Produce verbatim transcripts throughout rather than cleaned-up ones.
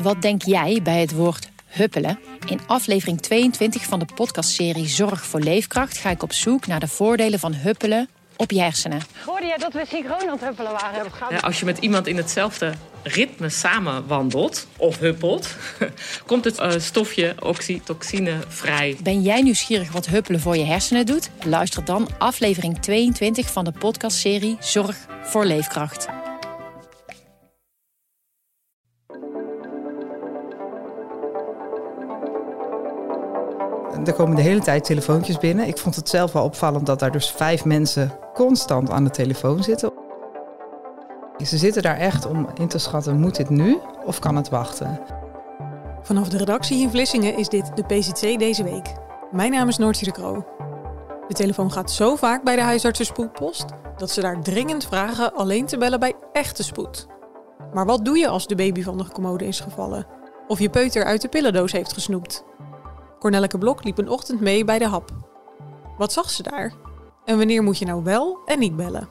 Wat denk jij bij het woord huppelen? In aflevering tweeëntwintig van de podcastserie Zorg voor Leefkracht ga ik op zoek naar de voordelen van huppelen op je hersenen. Hoorde jij dat we synchroon aan het huppelen waren? Ja, als je met iemand in hetzelfde ritme samen wandelt of huppelt, komt het uh, stofje oxytocine vrij. Ben jij nieuwsgierig wat huppelen voor je hersenen doet? Luister dan aflevering tweeëntwintig van de podcastserie Zorg voor Leefkracht. Er komen de hele tijd telefoontjes binnen. Ik vond het zelf wel opvallend dat daar dus vijf mensen constant aan de telefoon zitten. Ze zitten daar echt om in te schatten, moet dit nu of kan het wachten? Vanaf de redactie in Vlissingen is dit de P C C deze week. Mijn naam is Noortje de Croo. De telefoon gaat zo vaak bij de huisartsenspoedpost dat ze daar dringend vragen alleen te bellen bij echte spoed. Maar wat doe je als de baby van de commode is gevallen? Of je peuter uit de pillendoos heeft gesnoept? Cornelleke Blok liep een ochtend mee bij de hap. Wat zag ze daar? En wanneer moet je nou wel en niet bellen?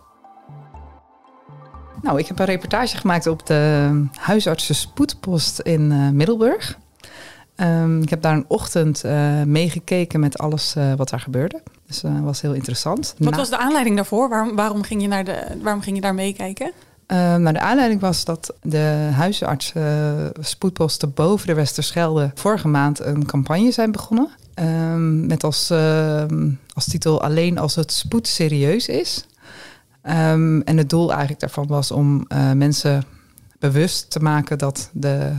Nou, ik heb een reportage gemaakt op de huisartsenspoedpost in uh, Middelburg. Um, ik heb daar een ochtend uh, meegekeken met alles uh, wat daar gebeurde. Dus dat uh, was heel interessant. Wat Na- was de aanleiding daarvoor? Waarom, waarom, ging, je naar de, waarom ging je daar meekijken? Uh, nou, de aanleiding was dat de huisartsenspoedposten uh, boven de Westerschelde vorige maand een campagne zijn begonnen. Um, met als, uh, als titel Alleen als het spoed serieus is. Um, en het doel eigenlijk daarvan was om uh, mensen bewust te maken dat de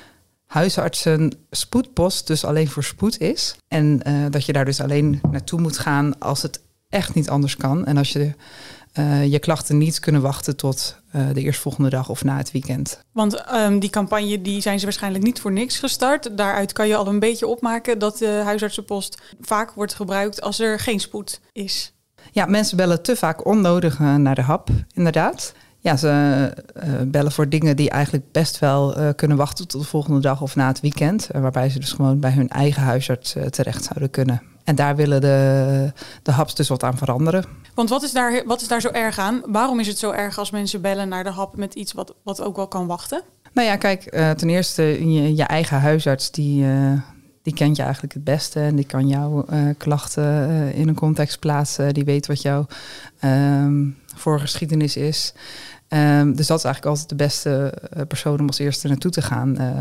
huisartsenspoedpost dus alleen voor spoed is. En uh, dat je daar dus alleen naartoe moet gaan als het echt niet anders kan. En als je uh, je klachten niet kunnen wachten tot uh, de eerstvolgende dag of na het weekend. Want um, die campagne die zijn ze waarschijnlijk niet voor niks gestart. Daaruit kan je al een beetje opmaken dat de huisartsenpost vaak wordt gebruikt als er geen spoed is. Ja, mensen bellen te vaak onnodig uh, naar de hap, inderdaad. Ja, ze uh, bellen voor dingen die eigenlijk best wel uh, kunnen wachten tot de volgende dag of na het weekend. Uh, waarbij ze dus gewoon bij hun eigen huisarts uh, terecht zouden kunnen. En daar willen de, de haps dus wat aan veranderen. Want wat is, daar, wat is daar zo erg aan? Waarom is het zo erg als mensen bellen naar de hap met iets wat, wat ook wel kan wachten? Nou ja, kijk, uh, ten eerste je, je eigen huisarts die... Uh, Die kent je eigenlijk het beste en die kan jouw uh, klachten uh, in een context plaatsen. Die weet wat jouw um, voorgeschiedenis is. Um, dus dat is eigenlijk altijd de beste uh, persoon om als eerste naartoe te gaan. Uh,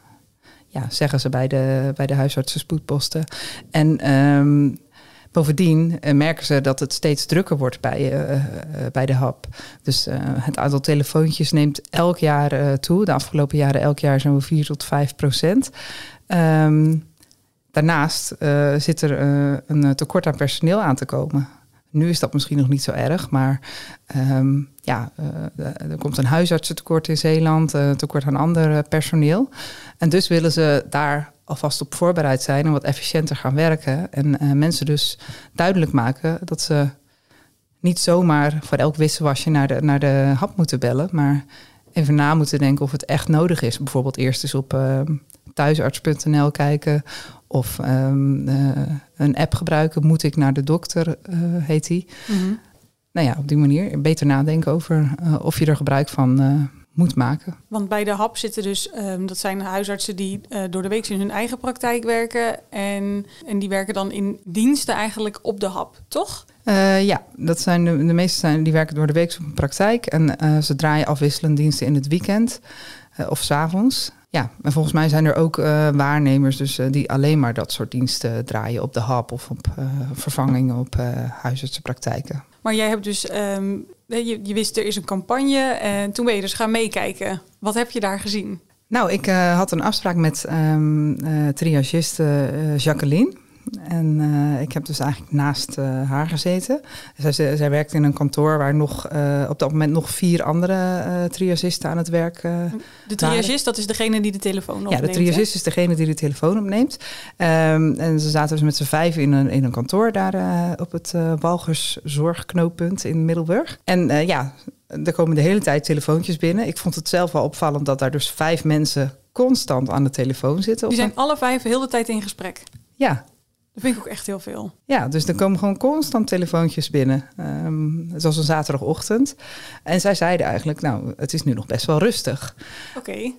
ja, zeggen ze bij de, bij de huisartsenspoedposten. En um, bovendien uh, merken ze dat het steeds drukker wordt bij, uh, uh, bij de hap. Dus uh, het aantal telefoontjes neemt elk jaar uh, toe. De afgelopen jaren elk jaar zo'n vier tot vijf procent. Um, Daarnaast uh, zit er uh, een tekort aan personeel aan te komen. Nu is dat misschien nog niet zo erg, maar um, ja, uh, er komt een huisartsentekort in Zeeland, uh, tekort aan ander personeel. En dus willen ze daar alvast op voorbereid zijn en wat efficiënter gaan werken. En uh, mensen dus duidelijk maken dat ze niet zomaar voor elk wisselwasje naar de, naar de hap moeten bellen, maar even na moeten denken of het echt nodig is. Bijvoorbeeld eerst eens op uh, thuisarts punt n l kijken of um, uh, een app gebruiken. Moet ik naar de dokter, uh, heet die. Mm-hmm. Nou ja, op die manier beter nadenken over uh, of je er gebruik van uh, moet maken. Want bij de hap zitten dus, um, dat zijn huisartsen die uh, door de week in hun eigen praktijk werken. En, en die werken dan in diensten eigenlijk op de hap, toch? Uh, ja, dat zijn de, de meeste zijn, die werken door de week op een praktijk. En uh, ze draaien afwisselend diensten in het weekend uh, of 's avonds. Ja, en volgens mij zijn er ook uh, waarnemers dus, uh, die alleen maar dat soort diensten draaien op de hap of op uh, vervangingen op uh, huisartsenpraktijken. Maar jij hebt dus, um, je, je wist er is een campagne en toen ben je dus gaan meekijken. Wat heb je daar gezien? Nou, ik uh, had een afspraak met um, uh, triagiste uh, Jacqueline. En uh, ik heb dus eigenlijk naast uh, haar gezeten. Zij, zij werkt in een kantoor waar nog uh, op dat moment nog vier andere uh, triagisten aan het werk uh, De triagist, dat is degene die de telefoon opneemt? Ja, de triagist is degene die de telefoon opneemt. Um, en ze zaten dus met z'n vijf in een, in een kantoor daar uh, op het uh, Walgerszorgknooppunt in Middelburg. En uh, ja, er komen de hele tijd telefoontjes binnen. Ik vond het zelf wel opvallend dat daar dus vijf mensen constant aan de telefoon zitten. Die zijn alle vijf de hele tijd in gesprek? Ja. Dat vind ik ook echt heel veel. Ja, dus er komen gewoon constant telefoontjes binnen. Um, het was een zaterdagochtend. En zij zeiden eigenlijk, nou, het is nu nog best wel rustig. Oké. Okay.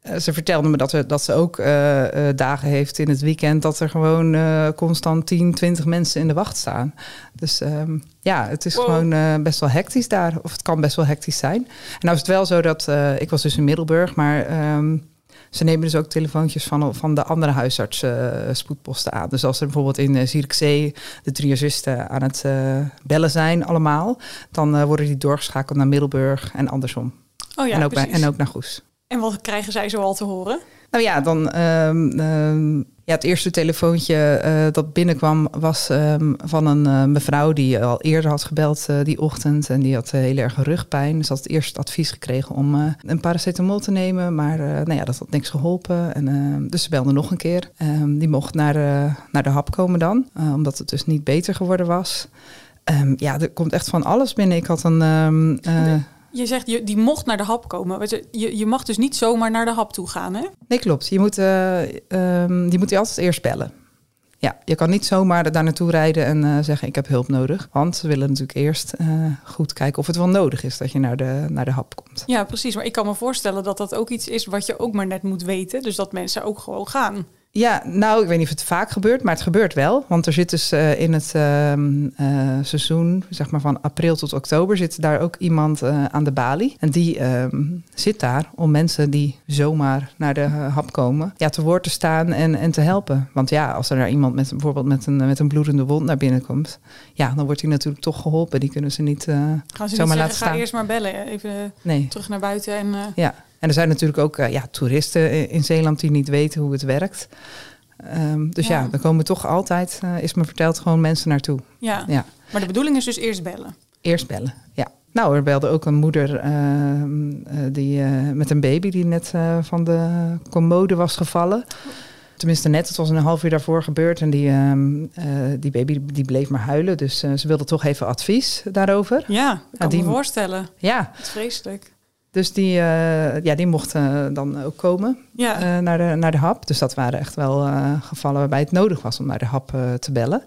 uh, ze vertelde me dat, er, dat ze ook uh, uh, dagen heeft in het weekend... dat er gewoon uh, constant tien, twintig mensen in de wacht staan. Dus um, ja, het is wow. gewoon uh, best wel hectisch daar. Of het kan best wel hectisch zijn. En nou is het wel zo dat... Uh, ik was dus in Middelburg, maar... Um, ze nemen dus ook telefoontjes van, van de andere huisarts-spoedposten uh, aan. Dus als er bijvoorbeeld in uh, Zierikzee de triagisten aan het uh, bellen zijn allemaal... dan uh, worden die doorgeschakeld naar Middelburg en andersom. Oh ja, en, ook bij, precies. en ook naar Goes. En wat krijgen zij zo al te horen? Nou ja, dan... Um, um, ja, het eerste telefoontje uh, dat binnenkwam was um, van een uh, mevrouw... die al eerder had gebeld uh, die ochtend. En die had uh, heel erg rugpijn. Dus had het eerst advies gekregen om uh, een paracetamol te nemen. Maar uh, nou ja, dat had niks geholpen. En, uh, dus ze belde nog een keer. Um, die mocht naar, uh, naar de hap komen dan. Uh, omdat het dus niet beter geworden was. Um, ja, er komt echt van alles binnen. Ik had een... Um, uh, Je zegt, je, die mocht naar de hap komen. Je, je mag dus niet zomaar naar de hap toe gaan, hè? Nee, klopt. Je moet, uh, um, die moet je altijd eerst bellen. Ja, je kan niet zomaar daar naartoe rijden en uh, zeggen... ik heb hulp nodig. Want ze willen natuurlijk eerst uh, goed kijken of het wel nodig is... dat je naar de, naar de hap komt. Ja, precies. Maar ik kan me voorstellen dat dat ook iets is... wat je ook maar net moet weten. Dus dat mensen ook gewoon gaan. Ja, nou, ik weet niet of het vaak gebeurt, maar het gebeurt wel. Want er zit dus uh, in het uh, uh, seizoen, zeg maar van april tot oktober... zit daar ook iemand uh, aan de balie. En die uh, zit daar om mensen die zomaar naar de uh, hap komen... ja, te woord te staan en, en te helpen. Want ja, als er daar iemand met, bijvoorbeeld met een, met een bloedende wond naar binnen komt... ja, dan wordt hij natuurlijk toch geholpen. Die kunnen ze niet uh, Gaan ze zomaar niet laten zeggen, staan. Ga eerst maar bellen, even nee. terug naar buiten. En, uh... Ja. En er zijn natuurlijk ook uh, ja, toeristen in Zeeland die niet weten hoe het werkt. Um, dus ja, ja er komen toch altijd, uh, is me verteld, gewoon mensen naartoe. Ja. ja, maar de bedoeling is dus eerst bellen? Eerst bellen, ja. Nou, er belde ook een moeder uh, uh, die, uh, met een baby die net uh, van de commode was gevallen. Tenminste net, het was een half uur daarvoor gebeurd. En die, uh, uh, die baby die bleef maar huilen. Dus uh, ze wilde toch even advies daarover. Ja, ik kan uh, die, me voorstellen. Ja. Het is vreselijk. Dus die, uh, ja, die mocht uh, dan ook komen ja. uh, naar, de, naar de hap. Dus dat waren echt wel uh, gevallen waarbij het nodig was om naar de hap uh, te bellen.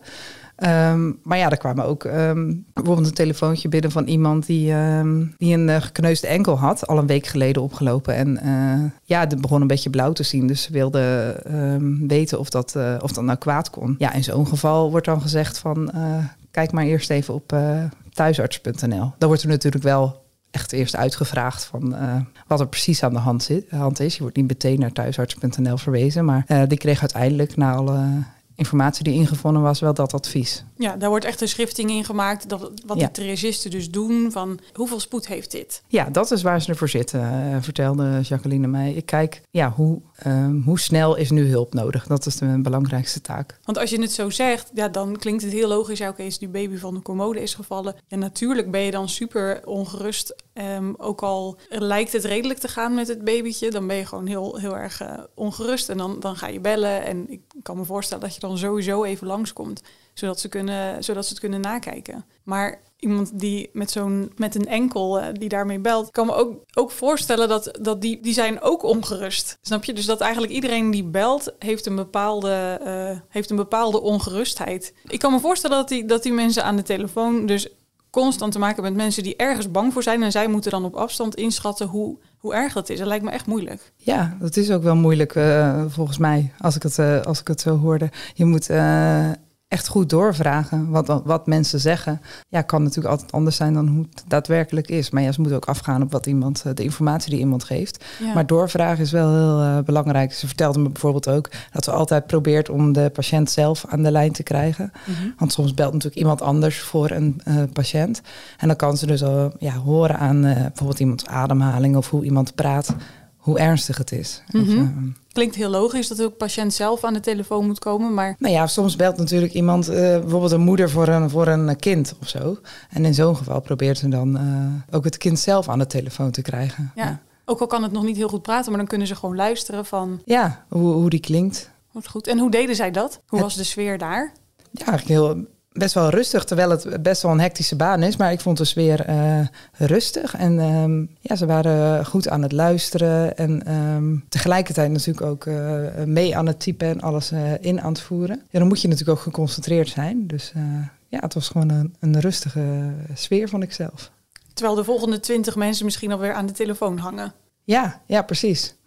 Um, maar ja, er kwamen ook um, bijvoorbeeld een telefoontje binnen van iemand die, um, die een uh, gekneusde enkel had. Al een week geleden opgelopen. En uh, ja, het begon een beetje blauw te zien. Dus ze wilde um, weten of dat, uh, of dat nou kwaad kon. Ja, in zo'n geval wordt dan gezegd van... Uh, kijk maar eerst even op uh, thuisarts punt n l. Dan wordt er natuurlijk wel... echt eerst uitgevraagd van uh, wat er precies aan de hand, zit, hand is. Je wordt niet meteen naar thuisarts punt n l verwezen. Maar uh, die kreeg uiteindelijk na alle informatie die ingevonden was wel dat advies. Ja, daar wordt echt een schifting in gemaakt. Dat, wat ja. de triagisten dus doen van hoeveel spoed heeft dit? Ja, dat is waar ze ervoor zitten, uh, vertelde Jacqueline mij. Ik kijk, ja, hoe, uh, hoe snel is nu hulp nodig? Dat is de belangrijkste taak. Want als je het zo zegt, ja, dan klinkt het heel logisch. Ja, oké, als die baby van de commode is gevallen. En natuurlijk ben je dan super ongerust. Um, ook al lijkt het redelijk te gaan met het babytje, dan ben je gewoon heel, heel erg uh, ongerust. En dan, dan ga je bellen. En ik kan me voorstellen dat je dan sowieso even langskomt, zodat ze, kunnen, zodat ze het kunnen nakijken. Maar iemand die met zo'n met een enkel uh, die daarmee belt, kan me ook, ook voorstellen dat, dat die, die zijn ook ongerust. Snap je? Dus dat eigenlijk iedereen die belt, heeft een bepaalde, uh, heeft een bepaalde ongerustheid. Ik kan me voorstellen dat die, dat die mensen aan de telefoon dus constant te maken met mensen die ergens bang voor zijn. En zij moeten dan op afstand inschatten hoe, hoe erg dat is. Dat lijkt me echt moeilijk. Ja, dat is ook wel moeilijk uh, volgens mij, als ik het, uh, als ik het zo hoorde. Je moet uh, echt goed doorvragen wat, wat mensen zeggen. Ja, kan natuurlijk altijd anders zijn dan hoe het daadwerkelijk is. Maar ja, ze moeten ook afgaan op wat iemand, de informatie die iemand geeft. Ja. Maar doorvragen is wel heel uh, belangrijk. Ze vertelde me bijvoorbeeld ook dat we altijd probeert om de patiënt zelf aan de lijn te krijgen. Mm-hmm. Want soms belt natuurlijk iemand anders voor een uh, patiënt. En dan kan ze dus al ja, horen aan uh, bijvoorbeeld iemands ademhaling of hoe iemand praat, hoe ernstig het is. Mm-hmm. Of, uh, Klinkt heel logisch dat de patiënt zelf aan de telefoon moet komen, maar... Nou ja, soms belt natuurlijk iemand, uh, bijvoorbeeld een moeder voor een, voor een kind of zo. En in zo'n geval probeert ze dan uh, ook het kind zelf aan de telefoon te krijgen. Ja, ja, ook al kan het nog niet heel goed praten, maar dan kunnen ze gewoon luisteren van... Ja, hoe, hoe die klinkt. Wat goed. En hoe deden zij dat? Hoe het, was de sfeer daar? Ja, eigenlijk heel... Best wel rustig, terwijl het best wel een hectische baan is. Maar ik vond de sfeer uh, rustig. En um, ja, ze waren goed aan het luisteren. En um, tegelijkertijd natuurlijk ook uh, mee aan het typen en alles uh, in aan het voeren. Ja, dan moet je natuurlijk ook geconcentreerd zijn. Dus uh, ja, het was gewoon een, een rustige sfeer, vond ik zelf. Terwijl de volgende twintig mensen misschien alweer aan de telefoon hangen. Ja, ja, precies.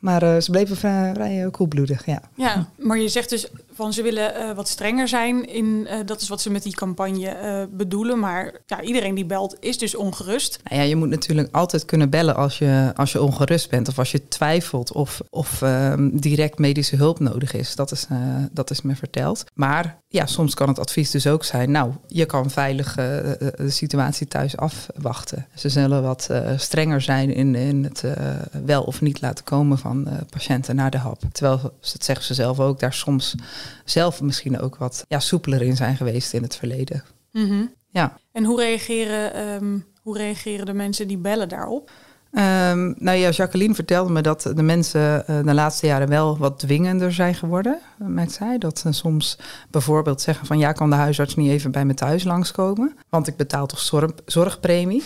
Maar uh, ze bleven vrij, vrij koelbloedig, ja. Ja, maar je zegt dus van ze willen uh, wat strenger zijn. In, uh, dat is wat ze met die campagne uh, bedoelen. Maar ja, iedereen die belt is dus ongerust. Nou ja, je moet natuurlijk altijd kunnen bellen als je, als je ongerust bent. Of als je twijfelt of, of uh, direct medische hulp nodig is. Dat is, uh, dat is me verteld. Maar ja, soms kan het advies dus ook zijn... nou, je kan veilig uh, de situatie thuis afwachten. Ze zullen wat uh, strenger zijn in, in het uh, wel of niet laten komen van uh, patiënten naar de hap. Terwijl, dat zeggen ze zelf ook, daar soms zelf misschien ook wat ja, soepeler in zijn geweest in het verleden. Mm-hmm. Ja. En hoe reageren, um, hoe reageren de mensen die bellen daarop? Um, nou ja, Jacqueline vertelde me dat de mensen uh, de laatste jaren wel wat dwingender zijn geworden, met zij. Dat ze soms bijvoorbeeld zeggen van ja, kan de huisarts niet even bij me thuis langskomen? Want ik betaal toch zorg, zorgpremie.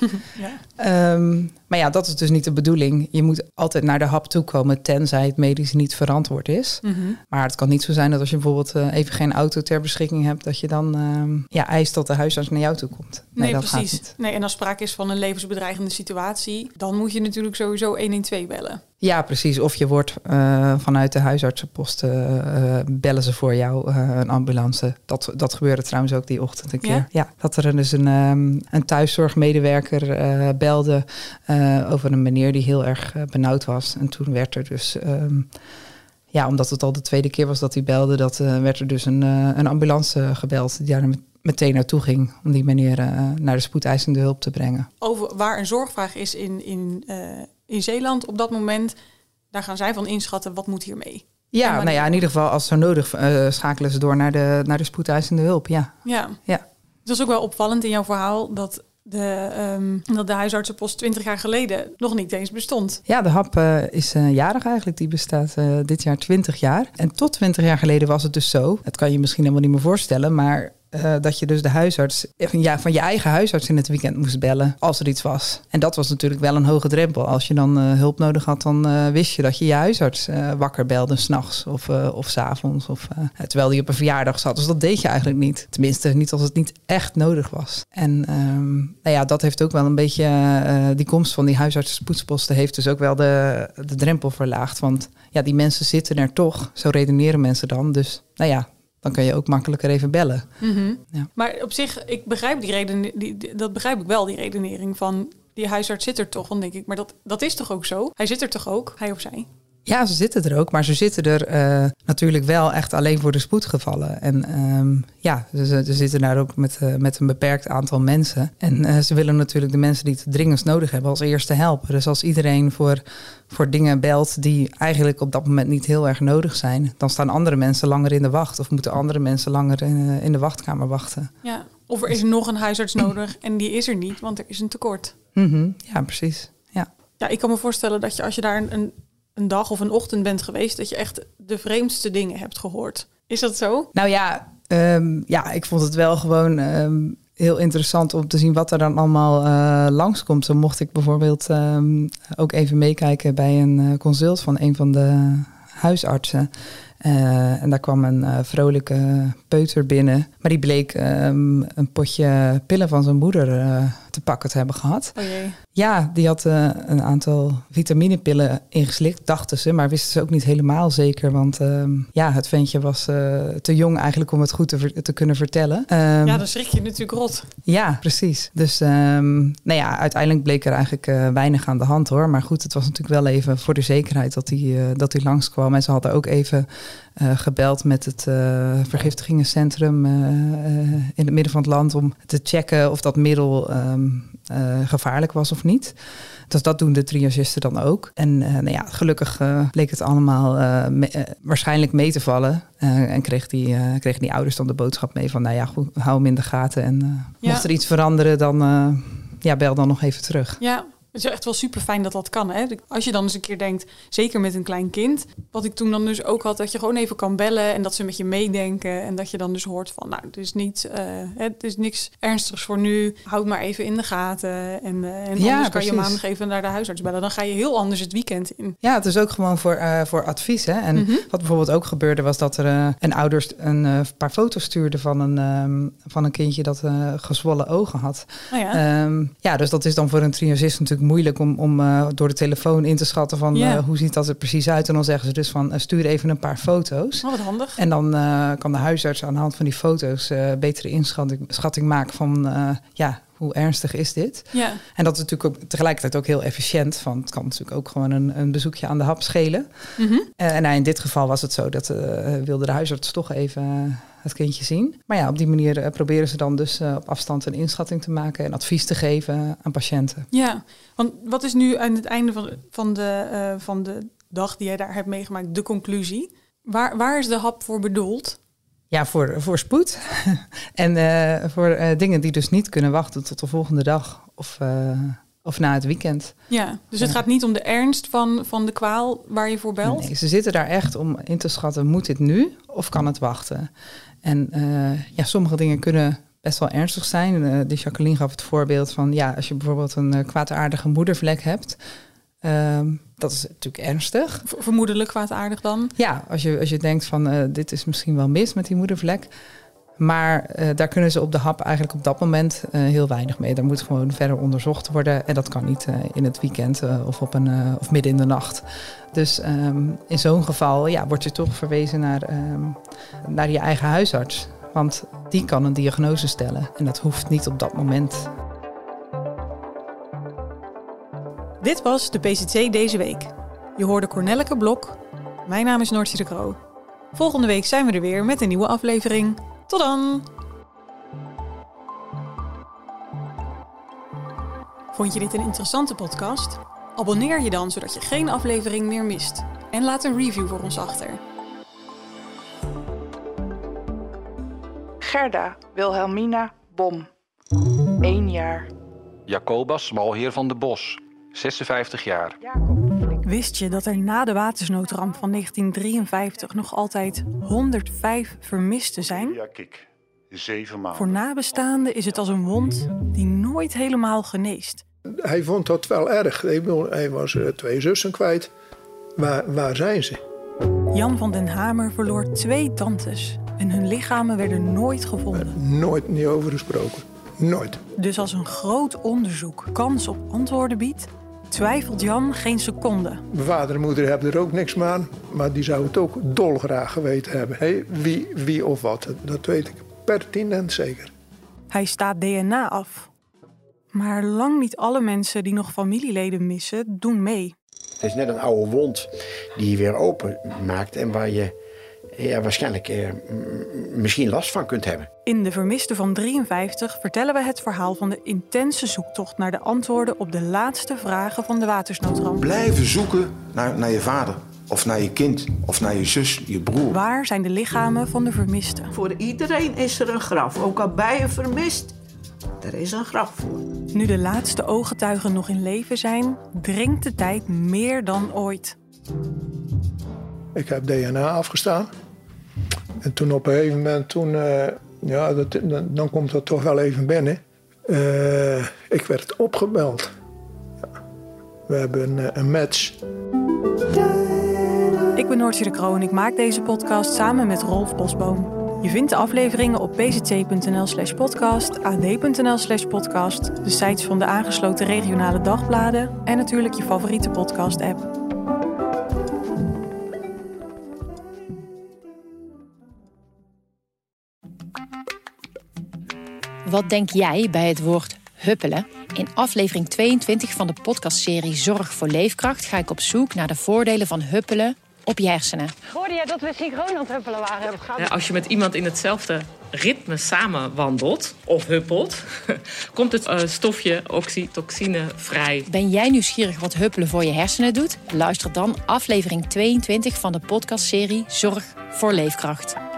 Ja. Um, maar ja, dat is dus niet de bedoeling. Je moet altijd naar de hap toekomen, tenzij het medisch niet verantwoord is. Mm-hmm. Maar het kan niet zo zijn dat als je bijvoorbeeld uh, even geen auto ter beschikking hebt, dat je dan uh, ja, eist dat de huisarts naar jou toe komt. Nee, nee dat precies. Gaat niet. Nee, en als sprake is van een levensbedreigende situatie, dan moet je natuurlijk sowieso honderdtwaalf bellen. Ja, precies. Of je wordt uh, vanuit de huisartsenpost uh, uh, bellen ze voor jou uh, een ambulance. Dat, dat gebeurde trouwens ook die ochtend een keer. Ja, ja dat er dus een, um, een thuiszorgmedewerker uh, belde uh, over een meneer die heel erg uh, benauwd was. En toen werd er dus... Um, ja, omdat het al de tweede keer was dat hij belde, dat uh, werd er dus een, uh, een ambulance gebeld die daar met, meteen naartoe ging om die meneer uh, naar de spoedeisende hulp te brengen. Over waar een zorgvraag is in, in, uh, in Zeeland op dat moment, daar gaan zij van inschatten wat moet hiermee. Ja, nou ja, in ieder geval als zo nodig uh, schakelen ze door naar de, naar de spoedeisende hulp, ja. Ja. ja. Het was ook wel opvallend in jouw verhaal dat de, um, dat de huisartsenpost twintig jaar geleden nog niet eens bestond. Ja, de hap uh, is uh, jarig eigenlijk. Die bestaat uh, dit jaar twintig jaar. En tot twintig jaar geleden was het dus zo. Dat kan je misschien helemaal niet meer voorstellen, maar... Uh, dat je dus de huisarts, ja, van je eigen huisarts in het weekend moest bellen als er iets was. En dat was natuurlijk wel een hoge drempel. Als je dan uh, hulp nodig had, dan uh, wist je dat je je huisarts uh, wakker belde 's nachts of, uh, of 's avonds. Of, uh, terwijl die op een verjaardag zat. Dus dat deed je eigenlijk niet. Tenminste, niet als het niet echt nodig was. En um, nou ja, dat heeft ook wel een beetje, uh, die komst van die huisartsenspoedsposten heeft dus ook wel de, de drempel verlaagd. Want ja, die mensen zitten er toch. Zo redeneren mensen dan. Dus nou ja, dan kan je ook makkelijker even bellen. Mm-hmm. Ja. Maar op zich, ik begrijp die reden, die, die, dat begrijp ik wel, die redenering van die huisarts zit er toch, dan denk ik. Maar dat, dat is toch ook zo? Hij zit er toch ook, hij of zij? Ja, ze zitten er ook, maar ze zitten er uh, natuurlijk wel echt alleen voor de spoedgevallen. En um, ja, ze, ze zitten daar ook met, uh, met een beperkt aantal mensen. En uh, ze willen natuurlijk de mensen die het dringend nodig hebben als eerste helpen. Dus als iedereen voor, voor dingen belt die eigenlijk op dat moment niet heel erg nodig zijn, dan staan andere mensen langer in de wacht. Of moeten andere mensen langer in, uh, in de wachtkamer wachten. Ja, of er is nog een huisarts nodig en die is er niet, want er is een tekort. Mm-hmm, ja, precies. Ja. Ja, ik kan me voorstellen dat je als je daar een... een een dag of een ochtend bent geweest, dat je echt de vreemdste dingen hebt gehoord. Is dat zo? Nou ja, um, ja ik vond het wel gewoon um, heel interessant om te zien wat er dan allemaal uh, langskomt. Zo mocht ik bijvoorbeeld um, ook even meekijken bij een uh, consult van een van de huisartsen. Uh, en daar kwam een uh, vrolijke peuter binnen. Maar die bleek um, een potje pillen van zijn moeder uh, te pakken te hebben gehad. Oh jee. Ja, die had uh, een aantal vitaminepillen ingeslikt, dachten ze. Maar wisten ze ook niet helemaal zeker. Want um, ja, het ventje was uh, te jong eigenlijk om het goed te, ver- te kunnen vertellen. Um, ja, dan schrik je natuurlijk rot. Ja, precies. Dus um, nou ja, uiteindelijk bleek er eigenlijk uh, weinig aan de hand hoor. Maar goed, het was natuurlijk wel even voor de zekerheid dat hij uh, dat hij langskwam. En ze hadden ook even uh, gebeld met het uh, vergiftigingencentrum uh, uh, in het midden van het land om te checken of dat middel um, uh, gevaarlijk was of niet. Dus dat doen de triagisten dan ook. En uh, nou ja, gelukkig uh, bleek het allemaal uh, me, uh, waarschijnlijk mee te vallen. Uh, en kreeg die, uh, kregen die ouders dan de boodschap mee van, nou ja, goed, hou hem in de gaten. En uh, ja. mocht er iets veranderen, dan uh, ja, bel dan nog even terug. Ja. Het is echt wel super fijn dat dat kan. Hè? Als je dan eens een keer denkt, zeker met een klein kind. Wat ik toen dan dus ook had, dat je gewoon even kan bellen en dat ze met je meedenken. En dat je dan dus hoort van, nou, het is, niet, uh, het is niks ernstigs voor nu. Houd maar even in de gaten. En, uh, en ja, anders precies. kan je maandag even naar de huisarts bellen. Dan ga je heel anders het weekend in. Ja, het is ook gewoon voor, uh, voor advies. Hè? En mm-hmm. wat bijvoorbeeld ook gebeurde was dat er uh, een ouders een uh, paar foto's stuurde van een, um, van een kindje dat uh, gezwollen ogen had. Oh ja. Um, ja, dus dat is dan voor een triagist natuurlijk natuurlijk moeilijk om, om uh, door de telefoon in te schatten van ja. uh, hoe ziet dat er precies uit. En dan zeggen ze dus van uh, stuur even een paar foto's. Oh, wat handig. En dan uh, kan de huisarts aan de hand van die foto's uh, betere inschatting schatting maken van uh, ja, hoe ernstig is dit. Ja. En dat is natuurlijk ook tegelijkertijd ook heel efficiënt. Want het kan natuurlijk ook gewoon een, een bezoekje aan de hap schelen. Mm-hmm. Uh, en nou, in dit geval was het zo dat uh, wilde de huisarts toch even uh, het kindje zien. Maar ja, op die manier uh, proberen ze dan dus uh, op afstand een inschatting te maken en advies te geven aan patiënten. Ja, want wat is nu aan het einde van, van, de, uh, van de dag die jij daar hebt meegemaakt de conclusie? Waar, waar is de hap voor bedoeld? Ja, voor, voor spoed. en uh, voor uh, dingen die dus niet kunnen wachten tot de volgende dag of, uh, of na het weekend. Ja, dus het ja. gaat niet om de ernst van, van de kwaal waar je voor belt? Nee, ze zitten daar echt om in te schatten, moet dit nu of kan het wachten? En uh, ja, sommige dingen kunnen best wel ernstig zijn. Uh, de Jacqueline gaf het voorbeeld van, ja, als je bijvoorbeeld een uh, kwaadaardige moedervlek hebt, uh, dat is natuurlijk ernstig. Vermoedelijk kwaadaardig dan? Ja, als je, als je denkt van, uh, dit is misschien wel mis met die moedervlek. Maar uh, daar kunnen ze op de hap eigenlijk op dat moment uh, heel weinig mee. Daar moet gewoon verder onderzocht worden. En dat kan niet uh, in het weekend uh, of, op een, uh, of midden in de nacht. Dus um, in zo'n geval ja, word je toch verwezen naar, um, naar je eigen huisarts. Want die kan een diagnose stellen. En dat hoeft niet op dat moment. Dit was de P C T deze week. Je hoorde Cornelleke Blok. Mijn naam is Noortje de Croo. Volgende week zijn we er weer met een nieuwe aflevering. Tot dan! Vond je dit een interessante podcast? Abonneer je dan, zodat je geen aflevering meer mist. En laat een review voor ons achter. Gerda Wilhelmina Bom. één jaar. Jacobus Malheer van de Bos. zesenvijftig jaar. Wist je dat er na de watersnoodramp van negentien drieënvijftig nog altijd honderdvijf vermisten zijn? Ja, kijk. Zeven maanden. Voor nabestaanden is het als een wond die nooit helemaal geneest. Hij vond dat wel erg. Hij was uh, twee zussen kwijt. Waar, waar zijn ze? Jan van den Hamer verloor twee tantes. En hun lichamen werden nooit gevonden. Uh, nooit niet over gesproken. Nooit. Dus als een groot onderzoek kans op antwoorden biedt, twijfelt Jan geen seconde. Mijn vader en moeder hebben er ook niks meer aan. Maar die zouden het ook dolgraag geweten hebben. Hey, wie, wie of wat. Dat weet ik pertinent zeker. Hij staat D N A af. Maar lang niet alle mensen die nog familieleden missen, doen mee. Het is net een oude wond die je weer open maakt en waar je ja, waarschijnlijk eh, misschien last van kunt hebben. In De Vermisten van drieënvijftig vertellen we het verhaal van de intense zoektocht naar de antwoorden op de laatste vragen van de watersnoodramp. Blijven zoeken naar, naar je vader, of naar je kind, of naar je zus, je broer. Waar zijn de lichamen van de vermisten? Voor iedereen is er een graf, ook al ben je vermist. Er is een graf voor. Nu de laatste ooggetuigen nog in leven zijn, dringt de tijd meer dan ooit. Ik heb D N A afgestaan. En toen op een gegeven moment, toen, uh, ja, dat, dan, dan komt dat toch wel even binnen. Uh, ik werd opgebeld. Ja. We hebben een, een match. Ik ben Noortje de Croo en ik maak deze podcast samen met Rolf Bosboom. Je vindt de afleveringen op pct.nl slash podcast, ad.nl slash podcast, de sites van de aangesloten regionale dagbladen en natuurlijk je favoriete podcast-app. Wat denk jij bij het woord huppelen? In aflevering tweeëntwintig van de podcastserie Zorg voor Leefkracht ga ik op zoek naar de voordelen van huppelen op je hersenen. Hoorde jij dat we synchroon aan het huppelen waren? Ja, als je met iemand in hetzelfde ritme samen wandelt of huppelt, komt het uh, stofje oxytocine vrij. Ben jij nieuwsgierig wat huppelen voor je hersenen doet? Luister dan aflevering tweeëntwintig van de podcastserie Zorg voor Leefkracht.